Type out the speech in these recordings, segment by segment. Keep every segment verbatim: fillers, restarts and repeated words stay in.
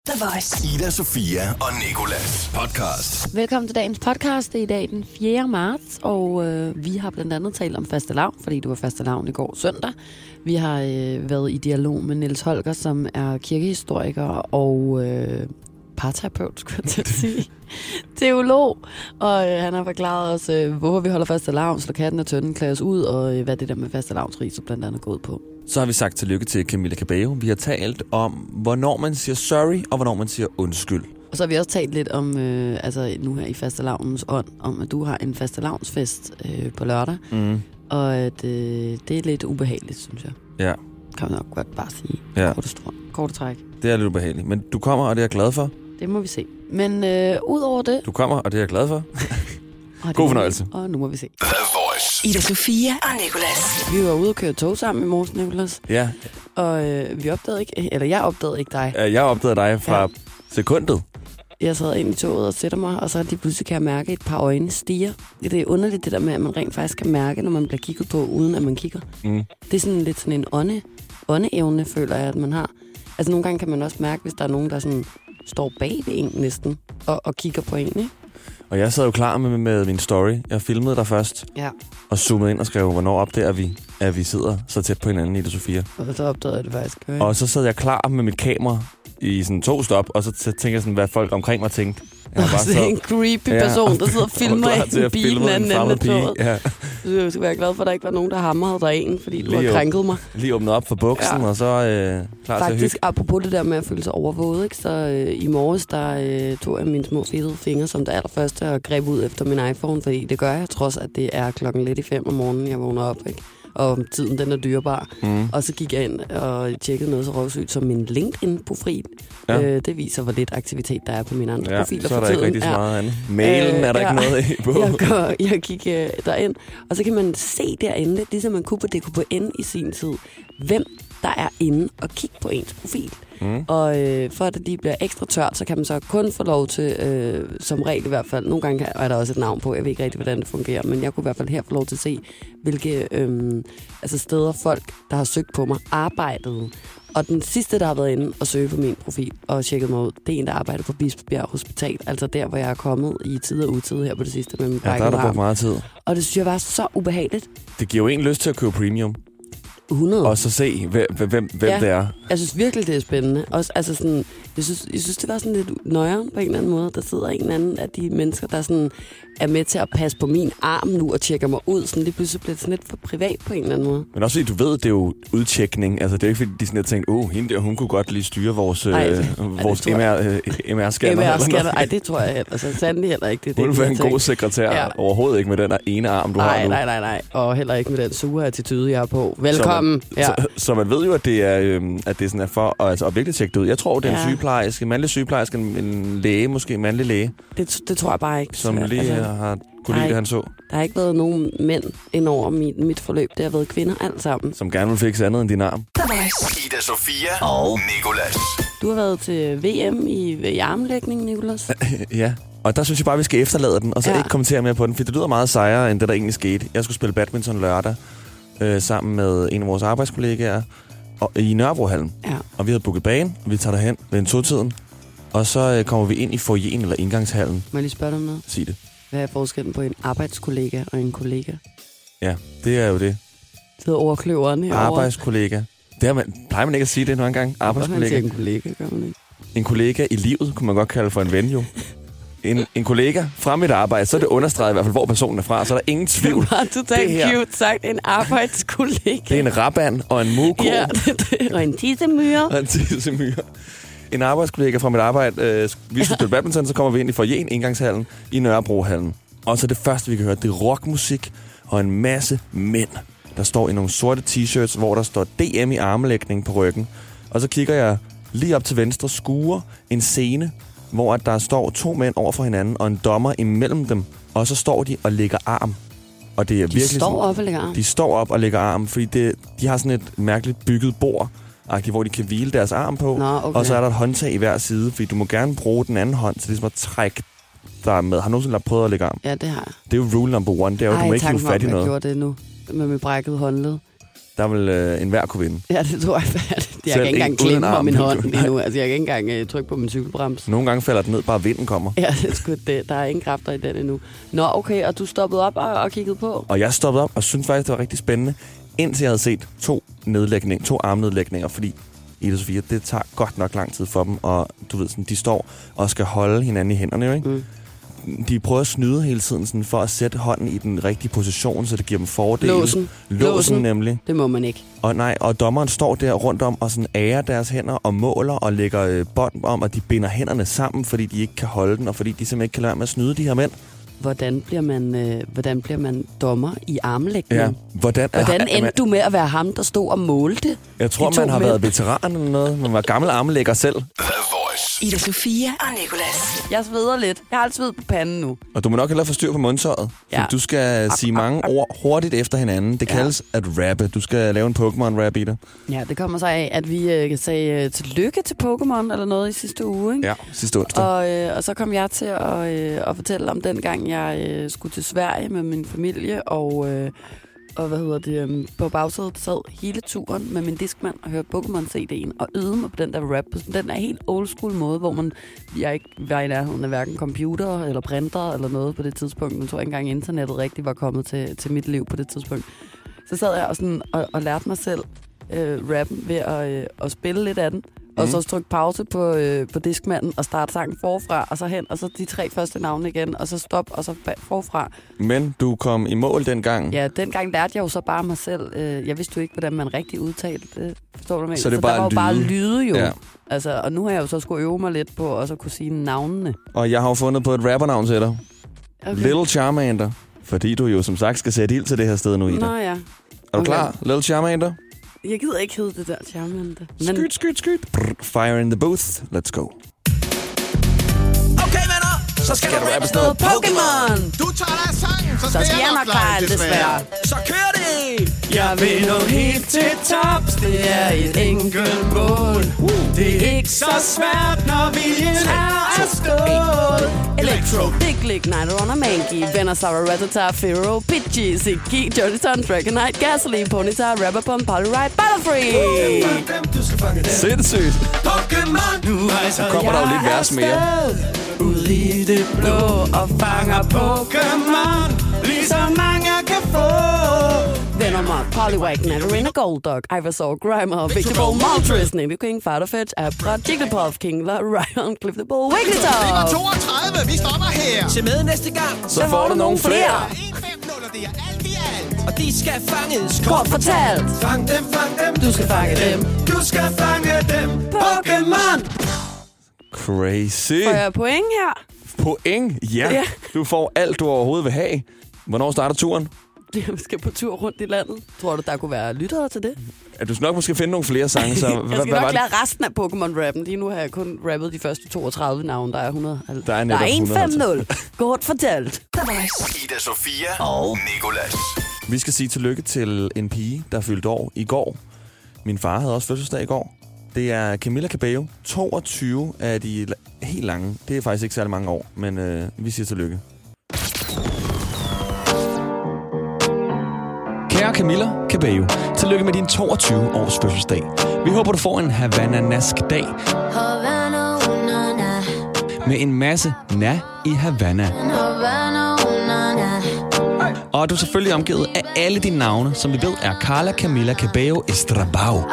The Voice. Ida, Sofia og Nicolas podcast. Velkommen til dagens podcast. Det er i dag den fjerde marts, og øh, vi har blandt andet talt om fastelavn, fordi du var fastelavn i går søndag. Vi har øh, været i dialog med Niels Holger, som er kirkehistoriker og øh, parterapeut, skulle jeg til at sige. Teolog. Og øh, han har forklaret os, øh, hvorfor vi holder fastelavn, slår katten og tønden, klæder os ud, og øh, hvad det der med fastelavnsrig så blandt andet går ud på. Så har vi sagt tillykke til Camilla Cabello. Vi har talt om, hvornår man siger sorry, og hvornår man siger undskyld. Og så har vi også talt lidt om, øh, altså nu her i fastelavnens ånd, om at du har en fastelavnsfest øh, på lørdag. Mm. Og at øh, det er lidt ubehageligt, synes jeg. Ja. Kan man nok godt bare sige. Ja. Korte, strå, korte træk. Det er lidt ubehageligt. Men du kommer, og det er jeg glad for. Det må vi se. Men øh, ud over det... Du kommer, og det er jeg glad for. og God fornøjelse. Og nu må vi se. The Voice. Ida, Sofia og Nicolas. Vi var ude og køre tog sammen i morges, Nicolas. Ja. Og øh, vi opdagede ikke... Eller jeg opdagede ikke dig. Jeg opdagede dig fra ja. sekundet. Jeg sad ind i toget og sætter mig, og så lige pludselig kan jeg mærke et par øjne stiger. Det er underligt det der med, at man rent faktisk kan mærke, når man bliver kigget på, uden at man kigger. Mm. Det er sådan lidt sådan en ånde, åndeevne, føler jeg, at man har. Altså nogle gange kan man også mærke, hvis der er nogen, der sådan står bag ved en næsten, og, og kigger på en, ikke? Og jeg sad jo klar med, med min story. Jeg filmede dig først, Ja. og zoomede ind og skrev, hvornår opdager vi, at vi sidder så tæt på hinanden, Ida Sofia. Og så opdagede jeg det faktisk. Okay? Og så sad jeg klar med mit kamera i sådan to stop, og så tænkte jeg sådan, hvad folk omkring mig tænkte. Jeg var bare så en creepy person, der sidder og filmer i en bil den anden ende af toget. Ja. Du skal være glad for, at der ikke var nogen, der hamrede dig en, fordi du lige har krænket mig. Lige åbnet op for buksen, ja. Og så øh, klar Faktisk, til at hygge. apropos det der med at føle sig overvåget, ikke? Så øh, i morges, der øh, tog jeg mine små fedtede fingre som det allerførste og greb ud efter min iPhone, fordi det gør jeg, trods at det er klokken lidt i fem om morgenen, jeg vågner op, ikke? Og tiden, den er dyrebar. Mm. Og så gik jeg ind og tjekkede noget så røvsygt som min LinkedIn-profil. Ja. Øh, det viser, hvor lidt aktivitet der er på mine andre ja, profiler så er der for ikke rigtig så meget andet. Mailen øh, er der ja. ikke noget i på. Jeg, går, jeg gik øh, derind, og så kan man se derinde, lidt ligesom man kunne på D K P N i sin tid, hvem der er inde og kigge på ens profil. Mm. Og øh, for at det lige bliver ekstra tørt, så kan man så kun få lov til, øh, som regel i hvert fald, nogle gange er der også et navn på, jeg ved ikke rigtig, hvordan det fungerer, men jeg kunne i hvert fald her få lov til at se, hvilke øh, altså steder folk, der har søgt på mig, arbejdede. Og den sidste, der har været inde og søge på min profil og tjekket mig ud, det er en, der arbejder på Bispebjerg Hospital. Altså der, hvor jeg er kommet i tid og utid her på det sidste med min ja, der er der brugt meget tid. Og det synes jeg var så ubehageligt. Det giver jo en lyst til at købe premium. hundrede Og så se, hvem, hvem, hvem ja, det er. Jeg synes virkelig, det er spændende. Også, altså sådan, jeg, synes, jeg synes, det var sådan lidt nøjere på en eller anden måde. Der sidder en eller anden af de mennesker, der sådan er med til at passe på min arm nu og tjekker mig ud. Sådan, det pludselig bliver sådan lidt for privat på en eller anden måde. Men også fordi du ved, det er jo udtjekning. Altså, det er ikke fordi, de sådan lidt tænker, åh, oh, hende der, hun kunne godt lige styre vores, Ej, øh, det, vores M R-scanner. M R-scanner, ej, det tror jeg heller. Altså, sandelig heller ikke. Det, Hun det, vil være en god sekretær. Ja. Overhovedet ikke med den der ene arm, du nej, har nu. Nej, nej, nej. Og heller ikke med den sure attitude, jeg har på. Velkommen. Så man, ja. så, så man ved jo, at det er, øhm, at det sådan er for altså, at virkelig tjekke det ud. Jeg tror, det er en ja. sygeplejerske, en mandlig sygeplejerske, en, en læge, måske en mandlig læge. Det, det tror jeg bare ikke. Som lige altså, har kunne lide det, han så. Der har ikke været nogen mænd ind over mit, mit forløb. Det har været kvinder alt sammen. Som gerne vil fikse andet end din arm. Ida, Sofia og Nicolas. Du har været til V M i, i armlægning, Nicolas. Ja, og der synes jeg bare, vi skal efterlade den, og så ja. ikke kommentere mere på den, for det lyder meget sejere, end det, der egentlig skete. Jeg skulle spille badminton lørdag øh, sammen med en af vores arbejdskollegaer og, i Nørrebrohallen. Ja. Og vi havde booket bane, og vi tager derhen ved en to-tiden. Og så øh, kommer vi ind i foyeren eller indgangshallen. Må jeg lige spørge dig om noget? Sig det. Hvad er forskellen på en arbejdskollega og en kollega? Ja, det er jo det. Det hedder overkløveren herovre. Arbejdskollega. Det er man, plejer man ikke at sige det nogle gange? Arbejdskollega. Man siger en kollega, gør man ikke? En kollega i livet, kunne man godt kalde for en ven jo. En, en kollega fra mit arbejde, så er det understreget i hvert fald, hvor personen er fra, så er der ingen tvivl. Det var totalt cute sagt. En arbejdskollega. Det er en raban og en moko. Ja, det, det. Og en tissemyre. Og en tissemyre. En arbejdskollega fra mit arbejde, øh, vi skulle spille badminton, så kommer vi ind i foyeren, indgangshallen, i Nørrebrohallen. Og så det første, vi kan høre, det er rockmusik og en masse mænd, der står i nogle sorte t-shirts, hvor der står D M i armlægning på ryggen. Og så kigger jeg lige op til venstre, skuer en scene, hvor der står to mænd over for hinanden, og en dommer imellem dem. Og så står de og lægger arm. Og det er de virkelig står sådan, op og lægger arm? De står op og lægger arm, fordi det, de har sådan et mærkeligt bygget bord, hvor de kan hvile deres arm på. Nå, okay. Og så er der et håndtag i hver side, fordi du må gerne bruge den anden hånd til ligesom at trække dig med. Har du nogensinde prøvet at lægge arm? Ja, det har jeg. Det er jo rule number one. Det er jo, Ej, du må ikke hive fat i noget. Ej, jeg gjorde det nu med mit brækkede håndled. der vil øh, enhver kunne vinde. Ja, det tror jeg færdigt. Jeg kan ikke engang klemme mig min hånd lige nu. Altså, jeg kan ikke engang uh, trykke på min cykelbremse. Nogle gange falder den ned, bare vinden kommer. Ja, det er sgu det. Der er ingen kræfter i den endnu. Nå, okay, og du stoppede op og, og kiggede på? Og jeg stoppede op og synes faktisk, det var rigtig spændende, indtil jeg havde set to nedlægninger, to armnedlægninger, fordi Ida Sofia, det tager godt nok lang tid for dem, og du ved, sådan, de står og skal holde hinanden i hænderne, jo, ikke? Mm. De prøver at snyde hele tiden sådan, for at sætte hånden i den rigtige position, så det giver dem fordele. Låsen. Låsen, Låsen nemlig. Det må man ikke. Og nej, og dommeren står der rundt om og sådan ærer deres hænder og måler og lægger øh, bånd om, at de binder hænderne sammen, fordi de ikke kan holde den, og fordi de simpelthen ikke kan lade være med at snyde de her mænd. Hvordan bliver man, øh, hvordan bliver man dommer i armlægning? Ja. Hvordan, hvordan endte man... du med at være ham, der stod og målte? Jeg tror, man har mænd. været veteran eller noget. Man var gammel armlægger selv. Ida Sofia og Nicolas. Jeg sveder lidt. Jeg har alt sved på panden nu. Og du må nok hellere få styr på mundtøjet. Ja. Du skal ak, sige mange ak, ak. ord hurtigt efter hinanden. Det kaldes ja. at rappe. Du skal lave en Pokémon-rap i det. Ja, det kommer så af, at vi øh, sagde øh, tillykke til Pokémon eller noget i sidste uge, ikke? Ja, sidste onsdag. Og, øh, og så kom jeg til at, øh, at fortælle om den gang, jeg øh, skulle til Sverige med min familie, og... Øh, Og hvad hedder det, um, på bagsædet sad hele turen med min diskmand og hørte Pokémon-C D'en og øvede mig på den der rap på den der helt old school måde, hvor man, jeg ikke var i nærheden af hverken computer eller printer eller noget på det tidspunkt. Jeg tror ikke engang internettet rigtig var kommet til, til mit liv på det tidspunkt. Så sad jeg og, sådan, og, og lærte mig selv øh, rappen ved at, øh, at spille lidt af den. Og så trykke pause på, øh, på diskmanden og starte sangen forfra, og så hen, og så de tre første navne igen, og så stop, og så forfra. Men du kom i mål dengang? Ja, dengang lærte jeg jo så bare mig selv. Øh, jeg vidste jo ikke, hvordan man rigtig udtalte det. Forstår du mig? Så det så bare der var lyde. jo bare lyde jo. Ja. Altså, og nu har jeg jo så skulle øve mig lidt på også at kunne sige navnene. Og jeg har jo fundet på et rappernavn til dig. Okay. Little Charmander. Fordi du jo som sagt skal sætte ild til det her sted nu, Ida. Nå ja. Er du okay. klar? Little Charmander? Jeg gider ikke hedde det der Charmander. Men... Skyt, skyt, skyt. Brr, fire in the booth. Let's go. Okay, venner. Så skal, skal du rappe noget Pokémon. Du tager dig sangen, så, så skal jeg nok klare alt desværre. Så kører det. Jeg vil nå helt til tops. Det er et enkelt mål. Det er ikke så svært, når viljen er afstået. Electro, Big Lick, Night Runner, Mankey, Venusaur, Rattata, Firo, Pidgey, Ziggy, Jollyton, Dragonite, Gasoline, Ponyta, Rapperpump, Polyride, Butterfree. Sindssygt. Pokémon, nu rejser jeg kommer der jo lidt vers mere. Ud i det blå og fanger Pokémon, ligesom mange kan få. Venomoth, Poliwag, Natterina, Golduck, Ivysaur, Grimer, Victoball, Moltres, Nidoking, Farfetch, Abra, Jigglypuff, Kingler, Ryan, Cliffable, Wigglytuff. Nummer toogtredive, vi stopper her. Se med næste gang, så får du nogle flere. en fem nul, det er alt i alt. Og de skal fanges kort fortalt. Fang dem, fang dem, du skal fange dem. Du skal fange dem, Pokémon. Crazy. Får jeg point her? Point? Ja. Ja. Du får alt, du overhovedet vil have. Hvornår starter turen? Jeg skal på tur rundt i landet. Tror du, der kunne være lyttere til det? Ja, du skal nok måske finde nogle flere sange. Så jeg hvad, skal hvad nok lære resten af Pokémon-rappen. Lige nu har jeg kun rappet de første toogtredive navne. Der er hundrede. Der er, der er en fem nul. Godt fortalt. Ida Sofia og Nicolas. Vi skal sige tillykke til en pige, der fyldte år i går. Min far havde også fødselsdag i går. Det er Camila Cabello. toogtyve af de helt lange. Det er faktisk ikke særlig mange år, men øh, vi siger tillykke. Kære Camila Cabello, tillykke med din toogtyve års fødselsdag. Vi håber, du får en Havana-nask dag. Med en masse na i Havana. Og du er selvfølgelig omgivet af alle dine navne, som vi ved er Carla Camila Cabello Estrabao.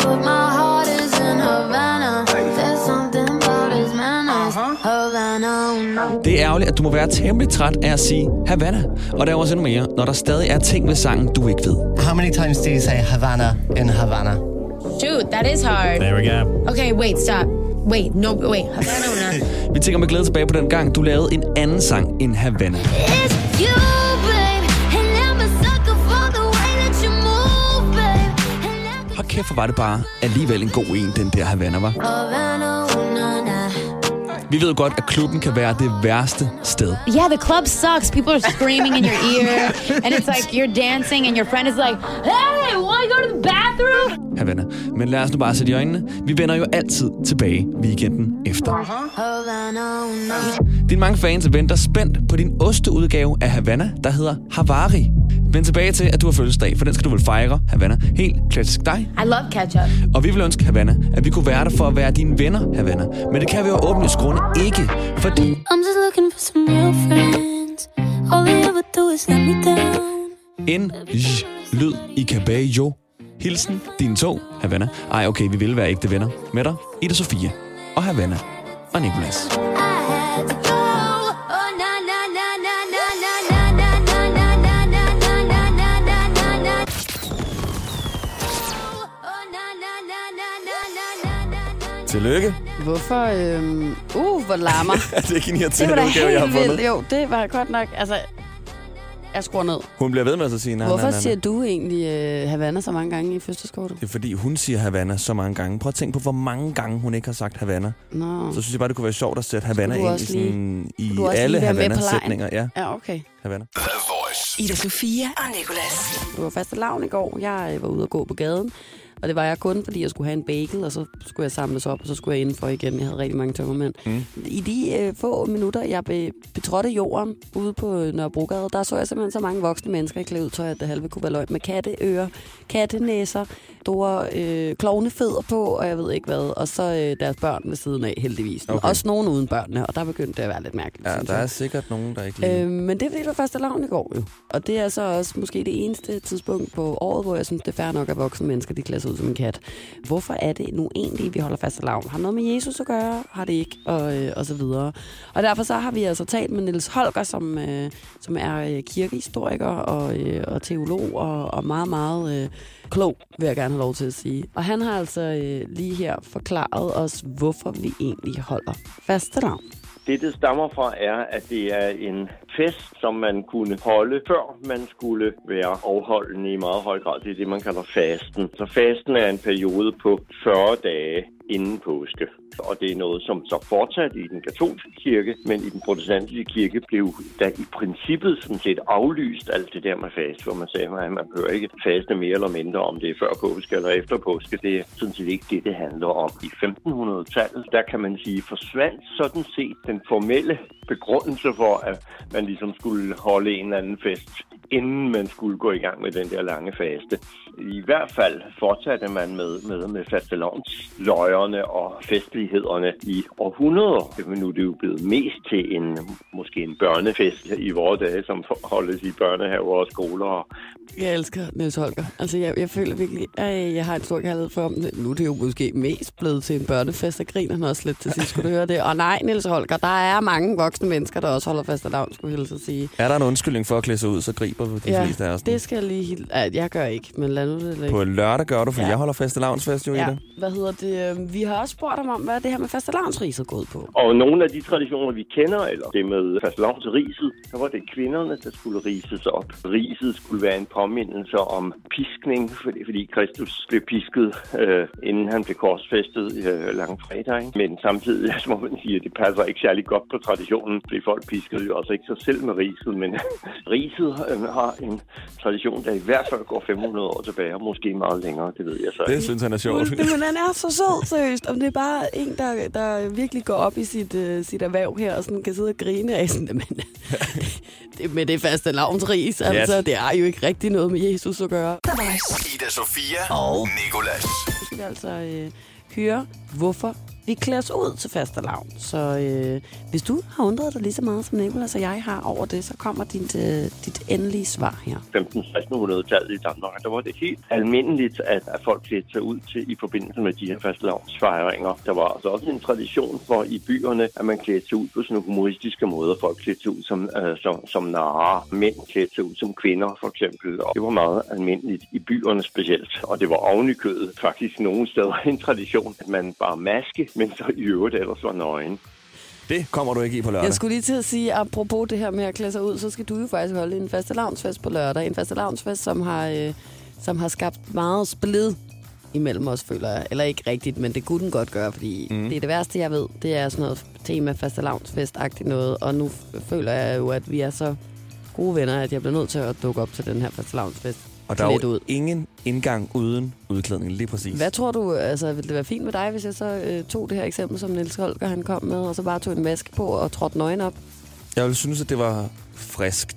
Det er ærgerligt, at du må være temmelig træt af at sige Havana. Og der er også endnu mere, når der stadig er ting ved sangen, du ikke ved. How many times do you say Havana in Havana? Shoot, that is hard. There we go. Okay, wait, stop. Wait, no, wait. Havana. Vi tænker med glæde tilbage på den gang, du lavede en anden sang end Havana. It's you, babe, and I'm a sucker for the way that you move, babe. Hold kæft, for var det bare alligevel en god en, den der Havana, var. Havana, Vi ved godt, at klubben kan være det værste sted. Yeah, the club sucks. People are screaming in your ear, and it's like you're dancing, and your friend is like, hey, wanna go to the bathroom? Havana. Men lad os nu bare sætte i øjnene. Vi vender jo altid tilbage weekenden efter. Dine mange fans venter spændt på din osteudgave af Havana, der hedder Havari. Vend tilbage til, at du har fødselsdag, for den skal du vel fejre, Havana. Helt klassisk dig. I love ketchup. Og vi vil ønske, Havana, at vi kunne være der for at være dine venner, Havana. Men det kan vi jo åbenlyst grunde ikke, fordi... I'm just looking for some real friends. All they ever do is let me down. En lyd i Cabello. Hilsen, dine to, Havana. Ej, okay, vi vil være ægte venner. Med dig, Ida Sofia og Havana og Nicolas. Tillykke. Hvorfor? Øhm, uh, hvor larmer. Det er ikke en Det var irriterende da udgave, jeg har helt fundet. vildt. Jo, det var godt nok. Altså, jeg skruer ned. Hun bliver ved med at sige, nej, Hvorfor nej, nej, siger nej. du egentlig uh, Havana så mange gange i fødselskortet? Det er fordi, hun siger Havana så mange gange. Prøv at tænke på, hvor mange gange hun ikke har sagt Havana. Nå. Så synes jeg bare, det kunne være sjovt at sætte Havana du ind i, også lige- sådan, i Skulle du også alle lige være med på lejen? Havana-sætninger. Ja, Ja, okay. Havana. The Voice. Ida Sofia og Nicolas. Det var fastelavn i går. Jeg øh, var ude at gå på gaden. Og det var jeg kun, fordi jeg skulle have en bagel, og så skulle jeg samles op, og så skulle jeg indenfor igen. Jeg havde rigtig mange tømmermænd. Mm. I de øh, få minutter, jeg be, betrådte jorden ude på Nørrebrogade, der så jeg simpelthen så mange voksne mennesker i klædetøj, at det halve kunne være løgn med katteører, kattenæser, store øh, klovnefødder på, og jeg ved ikke hvad. Og så øh, deres børn ved siden af, heldigvis. Okay. Også nogen uden børnene, og der begyndte det at være lidt mærkeligt. Ja, synes der jeg. er sikkert nogen, der ikke lige... Øh, men det er fordi, det var fastelavn i går jo. Og det er så også måske det eneste tidspunkt på året, hvor jeg synes, det er fair nok, at voksne mennesker de klæder sig ud som en kat. Hvorfor er det nu egentlig, vi holder fastelavn? Har noget med Jesus at gøre? Har det ikke? Og, øh, og så videre. Og derfor så har vi altså talt med Niels Holger, som, øh, som er øh, kirkehistoriker og, øh, og teolog og, og meget, meget øh, klog, vil jeg gerne have lov til at sige. Og han har altså øh, lige her forklaret os, hvorfor vi egentlig holder fastelavn. Det, det stammer fra, er, at det er en fest, som man kunne holde, før man skulle være afholdende i meget høj grad. Det er det, man kalder fasten. Så fasten er en periode på fyrre dage inden påske. Og det er noget, som så fortsatte i den katolske kirke, men i den protestantiske kirke blev der i princippet sådan set aflyst alt det der med fast, hvor man sagde, at man behøver ikke faste mere eller mindre, om det er før påske eller efter påske. Det er sådan set ikke det, det handler om. I femten hundrede-tallet, der kan man sige, forsvandt sådan set den formelle begrundelse for, at man ligesom skulle holde en eller anden fest, inden man skulle gå i gang med den der lange faste. I hvert fald fortsatte man med, med, med fastelavnsløjerne og festlighederne i århundreder. Men nu er det jo blevet mest til en, måske en børnefest i vores dage, som holdes i børnehaver og skoler. Jeg elsker Niels Holger. Altså, jeg, jeg føler virkelig, at jeg har en stor kærlighed for ham. Nu er det jo måske mest blevet til en børnefest, og griner han også lidt til sidst. Skulle du høre det? Og nej, Niels Holger, der er mange voksne mennesker, der også holder fastelavn, skulle jeg helst sige. Er der en undskyldning for at klæde sig ud, så griber de Ja, fleste af os? det skal jeg lige helt... Ja, jeg gør ikke, men lad nu det ligge. På lørdag gør du, fordi Ja. jeg holder fastelavnsfest jo i Ja, det. hvad hedder det? Vi har også spurgt ham om, hvad det her med fastelavnsriset er gået på. Og nogle af de traditioner, vi kender, eller det med fastelavnsriset, så var det kvinderne, der skulle rises op. Riset skulle være en påmindelse om piskning, fordi, fordi Kristus blev pisket, øh, inden han blev korsfæstet øh, langfredag. Men samtidig, så må man sige, at det passer ikke særlig godt på traditionen, fordi folk piskede jo også ikke sig selv med riset, men riset øh, har en tradition, der i hvert fald går fem hundrede år tilbage, og måske meget længere, det ved jeg så Det ikke. synes han er sjovt. Men han er så sød, seriøst. Om det er bare en, der, der virkelig går op i sit, uh, sit erhverv her, og sådan kan sidde og grine af sådan, men det, med det fastelavnsris, altså, Yes. det er jo ikke rigtig noget med Jesus at gøre. The Voice. Ida Sofia og Nicolas. Nu skal vi altså øh, høre, hvorfor vi klæder os ud til fastelavn. Så øh, hvis du har undret dig lige så meget som Nicolas og jeg har over det, så kommer dit, øh, dit endelige svar her. femten-seksten hundrede-tallet i Danmark, der var det helt almindeligt, at, at folk klædte sig ud til i forbindelse med de her fastelavnsfejringer. Der var altså også en tradition for i byerne, at man klædte sig ud på sådan nogle humoristiske måder. Folk klædte sig ud som, øh, som, som narer, mænd klædte sig ud som kvinder for eksempel. Og det var meget almindeligt i byerne specielt. Og det var ovenikøbet faktisk nogle steder en tradition, at man bare maske, men så i øvrigt ellers var nøgen. Det kommer du ikke i på lørdag. Jeg skulle lige til at sige, apropos det her med at klæde sig ud, så skal du jo faktisk holde en fastelavnsfest på lørdag. En fastelavnsfest, som har, øh, som har skabt meget splid imellem os, føler jeg. Eller ikke rigtigt, men det kunne den godt gøre, fordi mm. det er det værste, jeg ved. Det er sådan noget tema fastelavnsfest-agtigt noget, og nu føler jeg jo, at vi er så gode venner, at jeg bliver nødt til at dukke op til den her fastelavnsfest. Og der er jo ud. ingen indgang uden udklædning, lige præcis. Hvad tror du, altså ville det være fint med dig, hvis jeg så øh, tog det her eksempel, som Niels Holger han kom med, og så bare tog en maske på og trådte nøgen op? Jeg ville synes, at det var friskt.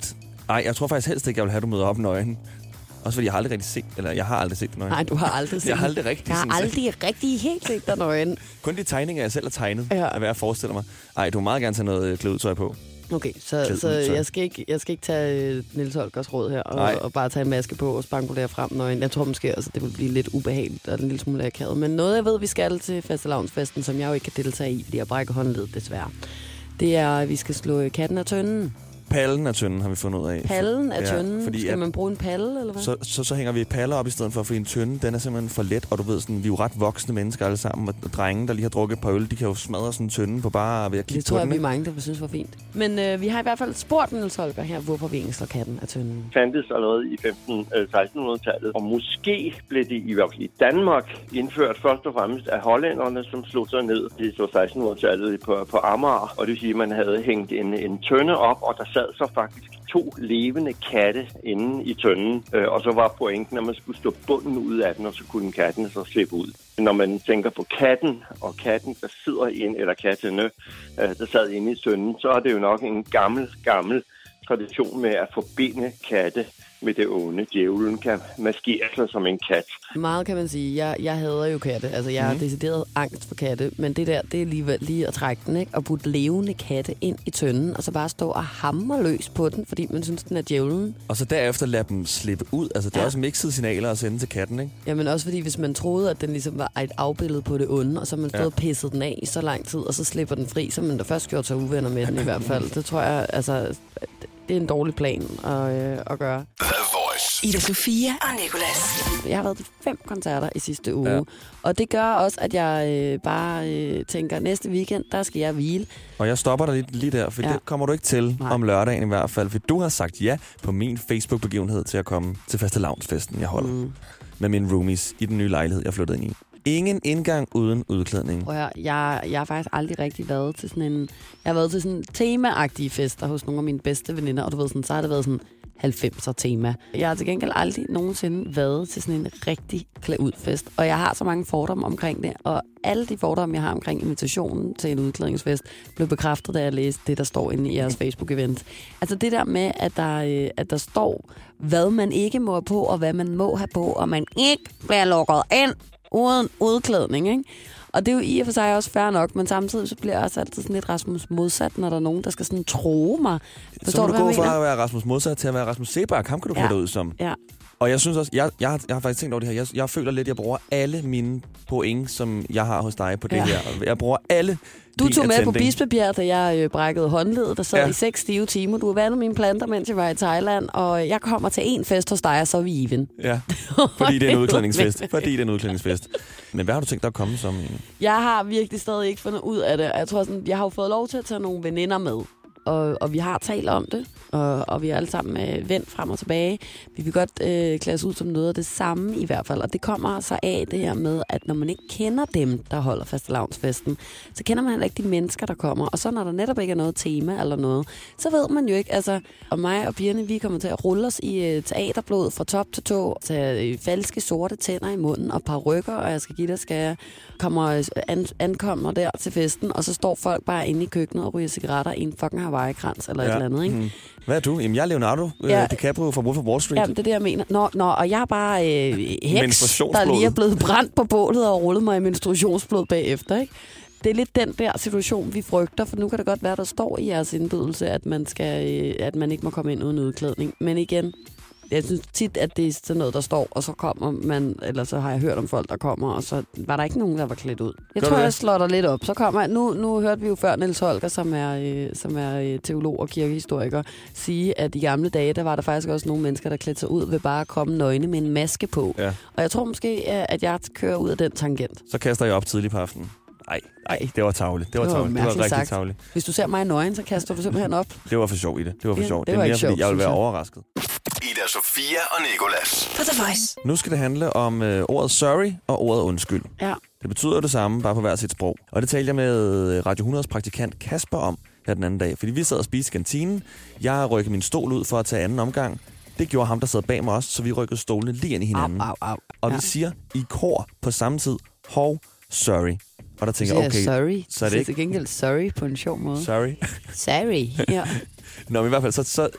Nej, jeg tror faktisk helst ikke, jeg vil have, at du møder op nøgen. Også fordi jeg har aldrig rigtig set, eller jeg har aldrig set det nøgen. Nej, du har aldrig set Jeg har aldrig rigtig Jeg har sådan set. aldrig rigtig helt set dig nøgen. Kun de tegninger, jeg selv har tegnet, Ja. er hvad jeg forestiller mig. Ej, du må meget gerne tage noget klædetøj på. Okay, så, Klæd så ud, så. jeg, skal ikke, jeg skal ikke tage øh, Niels Holgers råd her Nej. og, og bare tage en maske på og spangulere frem nøgen. Jeg tror måske også, det vil blive lidt ubehageligt og en lille smule akavet. Men noget, jeg ved, vi skal til fastelavnsfesten, som jeg jo ikke kan deltage i, fordi jeg brækker håndledet desværre. Det er, at vi skal slå katten af tønden. Pallen af tønden har vi fundet ud af. Pallen af Ja, tønden? fordi Skal at- man bruge en palle, eller hvad? Så, så, så hænger vi paller op i stedet for, fordi en tønde, den er simpelthen for let, og du ved, sådan, vi er jo ret voksne mennesker alle sammen, og, og drenge, der lige har drukket et par øl, de kan jo smadre sådan en tønde på bare ved at kigge Det tror på jeg, den. vi er ikke? mange, der vil synes var fint. Men øh, vi har i hvert fald spurgt Niels Holger her, hvorfor vi ikke slår katten af tønden. Fandtes allerede i femten-sekstenhundredetallet, og måske blev det i hvert fald i Danmark indført først og fremmest af hollænderne, som slog sig ned i sekstenhundredetallet på, på Amager. Og det vil sige, at man havde hængt en, en tønde op, og der sad så faktisk to levende katte inde i tønden. Øh, og så var pointen, at man skulle stå bunden ud af den, og så kunne katten så slippe ud. Når man tænker på katten, og katten, der sidder ind, eller kattene, øh, der sad inde i tønden, så er det jo nok en gammel, gammel tradition med at forbinde katte med det onde. Djævlen kan maskere sig som en kat. Meget kan man sige. Jeg, jeg hader jo katte. Altså, jeg har Mhm. decideret angst for katte. Men det der, det er alligevel lige at trække den, ikke? Og putte levende katte ind i tønden, og så bare stå og hamre løs på den, fordi man synes, den er djævlen. Og så derefter lade dem slippe ud. Altså, det er Ja. også mixede signaler at sende til katten, ikke? Jamen også fordi, hvis man troede, at den ligesom var et afbillede på det onde, og så har man stået Ja. og pisset den af i så lang tid, og så slipper den fri, så har man da først gjort sig uvenner med den i hvert fald. Det tror jeg, altså, det er en dårlig plan at, øh, at gøre. The Voice. Ida Sofia og Nicolas. Jeg har været til fem koncerter i sidste uge, Ja. ja. og det gør også, at jeg øh, bare øh, tænker, næste weekend, der skal jeg hvile. Og jeg stopper dig lige, lige der, for Ja. ja. det kommer du ikke til Nej. om lørdagen i hvert fald. For du har sagt ja på min Facebook-begivenhed til at komme til fastelavnsfesten, jeg holder. Mm. Med mine roomies i den nye lejlighed, jeg flyttede ind i. Ingen indgang uden udklædning. Prøv at høre, jeg, jeg har faktisk aldrig rigtig været til sådan en... Jeg har været til sådan tema-agtige fester hos nogle af mine bedste veninder, og du ved, sådan, så har det været sådan halvfemser tema. Jeg har til gengæld aldrig nogensinde været til sådan en rigtig klæd-ud-fest, og jeg har så mange fordomme omkring det, og alle de fordomme, jeg har omkring invitationen til en udklædningsfest, blev bekræftet, da jeg læste det, der står inde i jeres Facebook-event. Altså det der med, at der, øh, at der står, hvad man ikke må have på, og hvad man må have på, og man ikke bliver lukket ind uden udklædning, ikke? Og det er jo i og for sig også fair nok, men samtidig så bliver jeg også altid sådan lidt Rasmus modsat, når der er nogen, der skal sådan tro mig. Forstår Så må du, du hvad gå jeg fra mener? at være Rasmus modsat til at være Rasmus Sebak. Ham kan du Ja. klæde dig ud som. Ja. Og jeg synes også, jeg, jeg, har, jeg har faktisk tænkt over det her. Jeg, jeg føler lidt, at jeg bruger alle mine point, som jeg har hos dig på det Ja. her. Jeg bruger alle Du din tog med på attending. Bispebjerg, da jeg øh, brækkede håndledet, der sad Ja. ja. i seks stive timer. Du har vandet mine planter, mens jeg var i Thailand, og jeg kommer til en fest hos dig, og så er vi even. Ja, fordi det er en udklædningsfest. Fordi det er en udklædningsfest. Men hvad har du tænkt dig at komme som? egentlig? Jeg har virkelig stadig ikke fundet ud af det, og jeg tror sådan, jeg har jo fået lov til at tage nogle veninder med. Og, og vi har talt om det, og, og vi er alle sammen øh, vendt frem og tilbage. Vi vil godt øh, klæde os ud som noget af det samme i hvert fald. Og det kommer så af det her med, at når man ikke kender dem, der holder fastelavnsfesten, så kender man heller ikke de mennesker, der kommer. Og så når der netop ikke er noget tema eller noget, så ved man jo ikke, altså, og mig og pigerne, vi kommer til at rulle os i øh, teaterblod fra top til tå, tage øh, falske sorte tænder i munden og parrykker, og jeg skal give dig, skal jeg kommer, øh, an, ankommer der til festen, og så står folk bare inde i køkkenet og ryger cigaretter i en fucking Hawaii-krans eller ja. et eller andet, ikke? Mm. Hvad er du? Jamen, jeg er Leonardo Ja. ja. DiCaprio fra Wolf of Wall Street. Ja, det er det, jeg mener. Nå, nå, og jeg er bare øh, heks, Menstruationsblod. der lige er blevet brændt på bålet og rullet mig i menstruationsblod bagefter, ikke? Det er lidt den der situation, vi frygter, for nu kan det godt være, der står i jeres indbydelse, at man, skal, øh, at man ikke må komme ind uden udklædning. Men igen, jeg synes tit, at det er sådan noget, der står, og så kommer man, eller så har jeg hørt om folk, der kommer, og så var der ikke nogen, der var klædt ud. Jeg Gør tror, du det? jeg slår dig lidt op. Så kommer jeg, nu, nu hørte vi jo før Niels Holger, som er, øh, som er øh, teolog og kirkehistoriker, sige, at i gamle dage, der var der faktisk også nogle mennesker, der klædte sig ud ved bare at komme nøgne med en maske på. Ja. Og jeg tror måske, at jeg kører ud af den tangent. Så kaster jeg op tidligt på aftenen. Nej, nej, det var tavligt. Det var, Det var tavligt. Det var mærkeligt rigtig sagt. tavligt. Hvis du ser mig nøgen, så kaster du simpelthen op. Det var for sjov i det. Det var for Ja, sjov. det Det er var mere, ikke fordi sjovt, jeg ville synes være jeg. overrasket. Ida Sofia og Nicolas. På The Voice. Nu skal det handle om øh, ordet sorry og ordet undskyld. Ja. Det betyder jo det samme, bare på hver sit sprog. Og det talte jeg med Radio hundredes praktikant Kasper om her den anden dag. Fordi vi sad og spiste i kantinen. Jeg rykkede min stol ud for at tage anden omgang. Det gjorde ham, der sad bag mig også, så vi rykkede stolene lige ind i hinanden. Au, au, au. Og Ja. vi siger i kor på samme tid, hov, sorry. Og der tænker jeg, okay, sorry. så er det ikke... til gengæld sorry på en sjov måde. Sorry. Sorry, ja. Nå, men i hvert fald, så, så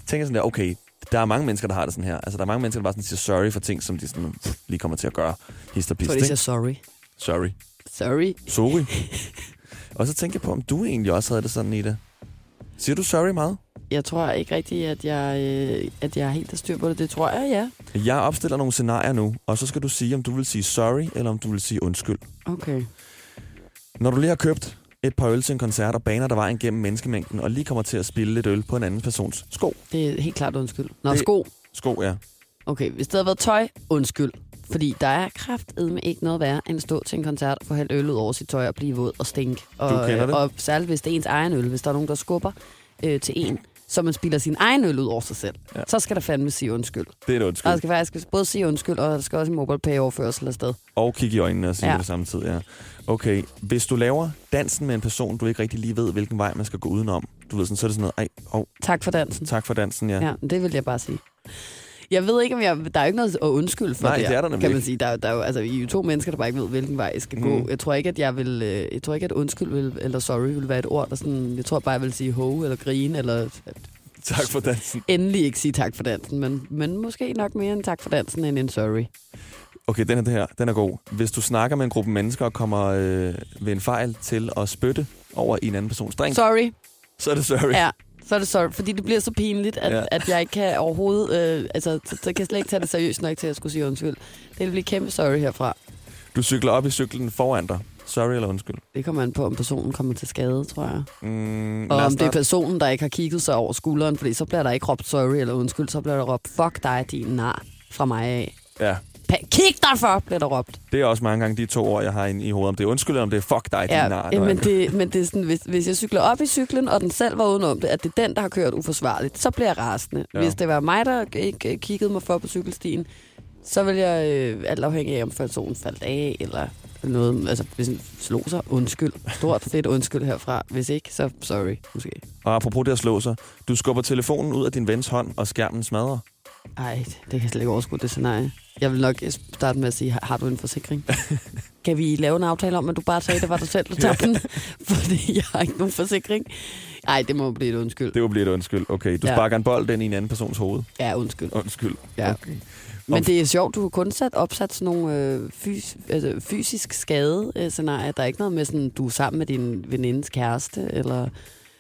tænker jeg sådan der, okay, der er mange mennesker, der har det sådan her. Altså, der er mange mennesker, der bare sådan siger sorry for ting, som de sådan pff, lige kommer til at gøre. Hist og pist, Så de siger sorry. Sorry. Sorry. Sorry. Og så tænker jeg på, om du egentlig også havde det sådan i det. Siger du sorry meget? Jeg tror ikke rigtigt, at jeg, øh, at jeg er helt der styr på det. Det tror jeg, ja. Jeg opstiller nogle scenarier nu, og så skal du sige, om du vil sige sorry, eller om du vil sige undskyld. Okay. Når du lige har købt et par øl til en koncert, og baner der vejen gennem menneskemængden, og lige kommer til at spille lidt øl på en anden persons sko. Det er helt klart undskyld. Nå, det... sko. Sko, ja. Okay, hvis det havde været tøj, undskyld. Fordi der er kraftedme ikke noget værre, end at stå til en koncert og få hældt øl ud over sit tøj og blive våd og stink. Og, Du kender det? Og særligt hvis det er ens egen øl, hvis der er nogen, der skubber øh, til en, så man spilder sin egen øl ud over sig selv, ja. Så skal der fandme sige undskyld. Det er et undskyld. Og der skal faktisk både sige undskyld, og der skal også en MobilePay overførsel afsted. Og kigge i øjnene og sige ja. det samtidig, ja. Okay, hvis du laver dansen med en person, du ikke rigtig lige ved, hvilken vej man skal gå udenom, du ved sådan, så er det sådan noget, ej, oh, tak for dansen. Tak for dansen, ja. Ja, det vil jeg bare sige. Jeg ved ikke, om jeg... Der er jo ikke noget at undskylde for. Nej, det, det er der nemlig kan man ikke. sige. Der, er- der er jo, altså, I er jo to mennesker, der bare ikke ved, hvilken vej I skal Mm. gå. Jeg tror ikke, at jeg vil... øh, Jeg tror ikke, at undskyld vil, eller sorry vil være et ord, der sådan... Jeg tror bare, jeg vil sige ho, eller grine, eller... At Tak for dansen. endelig ikke sige tak for dansen, men, men måske nok mere en tak for dansen, end en sorry. Okay, den er, det her, den er god. Hvis du snakker med en gruppe mennesker og kommer øh, ved en fejl til at spytte over i en anden persons drink, Sorry. så er det sorry. Ja, så er det sorry, fordi det bliver så pinligt, at, Ja. ja. at jeg ikke kan overhovedet... Øh, altså, så, så kan jeg slet ikke tage det seriøst nok til at skulle sige undskyld. Det vil blive kæmpe sorry herfra. Du cykler op i cyklen foran dig. Sorry eller undskyld? Det kommer an på, om personen kommer til skade, tror jeg. Mm, Og lad os om det er starte. personen, der ikke har kigget sig over skulderen, fordi så bliver der ikke råbt sorry eller undskyld, så bliver der råbt, fuck dig, din nar, fra mig af. Ja, Pa- Kig dig for, bliver der råbt. det er også mange gange de to ord, jeg har inde i hovedet. Om det er undskyld, eller om det er fuck dig, din Ja, nar. ja, men, det, men det er sådan, hvis, hvis jeg cykler op i cyklen, og den selv var udenom det, at det er den, der har kørt uforsvarligt, så bliver jeg rasende. Ja. Ja. Hvis det var mig, der ikke øh, kiggede mig for på cykelstien, så vil jeg, øh, alt afhængig af, om personen faldt af, eller noget, altså hvis den slog sig, undskyld. Stort fedt undskyld herfra. Hvis ikke, så sorry, måske. Og apropos det at slå sig, du skubber telefonen ud af din vens hånd, og skærmen smadrer. Ej, det kan jeg slet ikke overskue, det scenarie. Jeg vil nok starte med at sige, har, har du en forsikring? Kan vi lave en aftale om, at du bare sagde, det var dig selv, der tabte den? Fordi jeg har ikke nogen forsikring. Ej, det må blive et undskyld. Det vil blive et undskyld. Okay, du Ja. sparker en bold ind i en anden persons hoved. Ja, undskyld. Undskyld. Ja. Okay. Men det er sjovt, du har kun sat, opsat sådan nogle øh, fys, altså, fysisk skade øh, scenarier. Der er ikke noget med sådan, du er sammen med din venindes kæreste, eller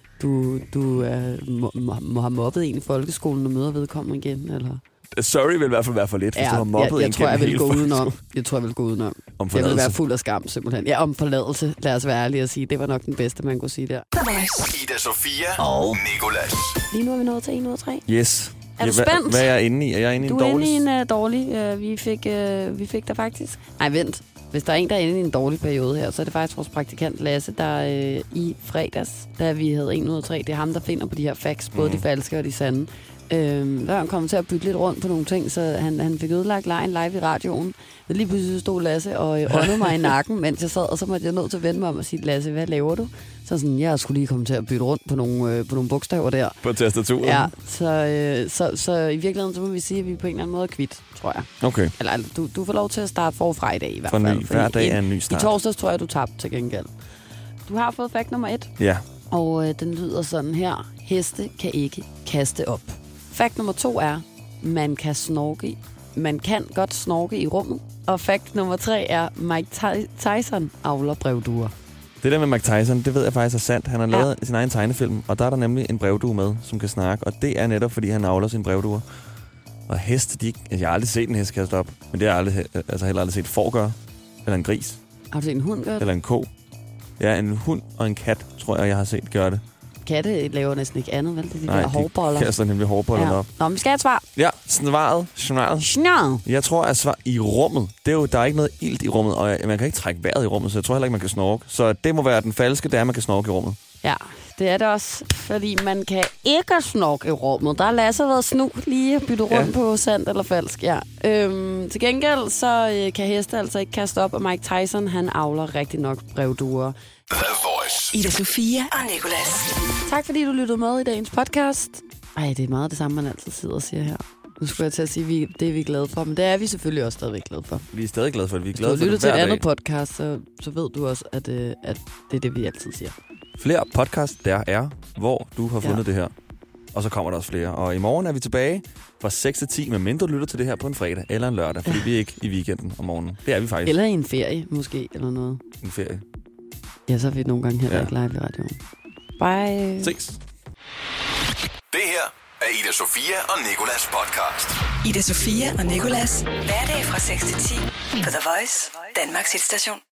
du, du øh, må, må, må have mobbet en i folkeskolen og møder vedkommende igen, eller... Sorry vil i hvert fald være for lidt, hvis Ja, du har mobbet jeg, jeg en tror, jeg gennem vil hele gå udenom. folkeskolen. Jeg tror, jeg vil gå udenom. Om Jeg vil forladelse. være fuld af skam, simpelthen. Ja, om forladelse. Lad os være ærlige og sige, det var nok den bedste, man kunne sige der. Ida Sofia og Nicolas. Lige nu er vi nået til en ud af tre. Yes. Er du hvad, spændt? Hvad er jeg inde i? Er jeg inde i Du en er inde dårlig? i en uh, dårlig. Uh, vi, fik, uh, vi fik der faktisk... Nej, vent. Hvis der er en, der er inde i en dårlig periode her, så er det faktisk vores praktikant Lasse, der uh, i fredags, da vi havde en ud af tre, det er ham, der finder på de her facts, både Mm. de falske og de sande. Øhm, der han kom til at bytte lidt rundt på nogle ting, så han, han fik ødelagt lejen live i radioen. Men lige pludselig stod Lasse og øh, åndede mig i nakken, mens jeg sad, og så måtte jeg nødt til at vende mig om og sige, Lasse, hvad laver du? Så sådan, jeg skulle lige komme til at bytte rundt på nogle, øh, på nogle bogstaver der. På tastaturet? Ja, så, øh, så, så i virkeligheden, så må vi sige, at vi er på en eller anden måde er kvit, tror jeg. Okay. Eller altså, du, du får lov til at starte forfra i dag i hvert For fald. ny. Hver dag i, er en ny start. I torsdags tror jeg, du tabte til gengæld. Du har fået fact nummer et, Ja. og øh, den lyder sådan her. Heste kan ikke kaste op. Fact nummer to er, man kan snorke i. Man kan godt snorke i rummet. Og fact nummer tre er, Mike Ty- Tyson avler brevduer. Det der med Mike Tyson, det ved jeg faktisk er sandt. Han har Ja. lavet sin egen tegnefilm, og der er der nemlig en brevdue med, som kan snakke. Og det er netop, fordi han avler sin brevduer. Og heste, de, altså, jeg har aldrig set en hest kaste op, men det har jeg aldrig, altså heller aldrig set får gøre. Eller en gris. Har du set en hund gøre det? Eller en ko. Ja, en hund og en kat, tror jeg, jeg har set gøre det. Katte laver næsten ikke andet, vel? Det er de Nej, der hårboller. de kaster nemlig hårbollerne op. Nå, men vi skal have et svar. Ja, svaret. Svaret. Snart. Jeg tror, at svar i rummet, det er jo, der er ikke noget ilt i rummet, og man kan ikke trække vejret i rummet, så jeg tror heller ikke, man kan snorke. Så det må være den falske, det er, at man kan snorke i rummet. Ja, det er det også, fordi man kan ikke snorke i rummet. Der har Lasse været snu lige at bytte rundt Ja. på sandt eller falsk, ja. Øhm, til gengæld, så øh, kan heste altså ikke kaste op, og Mike Tyson, han avler rigtig nok brevduer. The Voice. Ida Sofia og Nicolas. Tak fordi du lyttede med i dagens podcast. Ej, det er meget det samme, man altid sidder og siger her. Nu skulle jeg til at sige, at vi, det er vi glade for, men det er vi selvfølgelig også stadigvæk glade for. Vi er stadig glade for det. Vi er Hvis du glade har for det lyttet til hver et dag. andet podcast, så, så ved du også, at, øh, at det er det, vi altid siger. Flere podcast, der er, hvor du har fundet Ja. det her. og så kommer der også flere. Og i morgen er vi tilbage fra seks til ti, med mindre du lytter til det her på en fredag eller en lørdag, fordi vi er ikke i weekenden om morgenen. Det er vi faktisk. Eller i en ferie, måske, eller noget. En ferie. Ja, så er vi nogle gange heller Ja. ikke live i radioen. Bye. Ses. Det her er Ida Sofia og Nicolas podcast. Ida Sofia og Nicolas. Hverdag fra seks til ti på The Voice, Danmarks hitstation.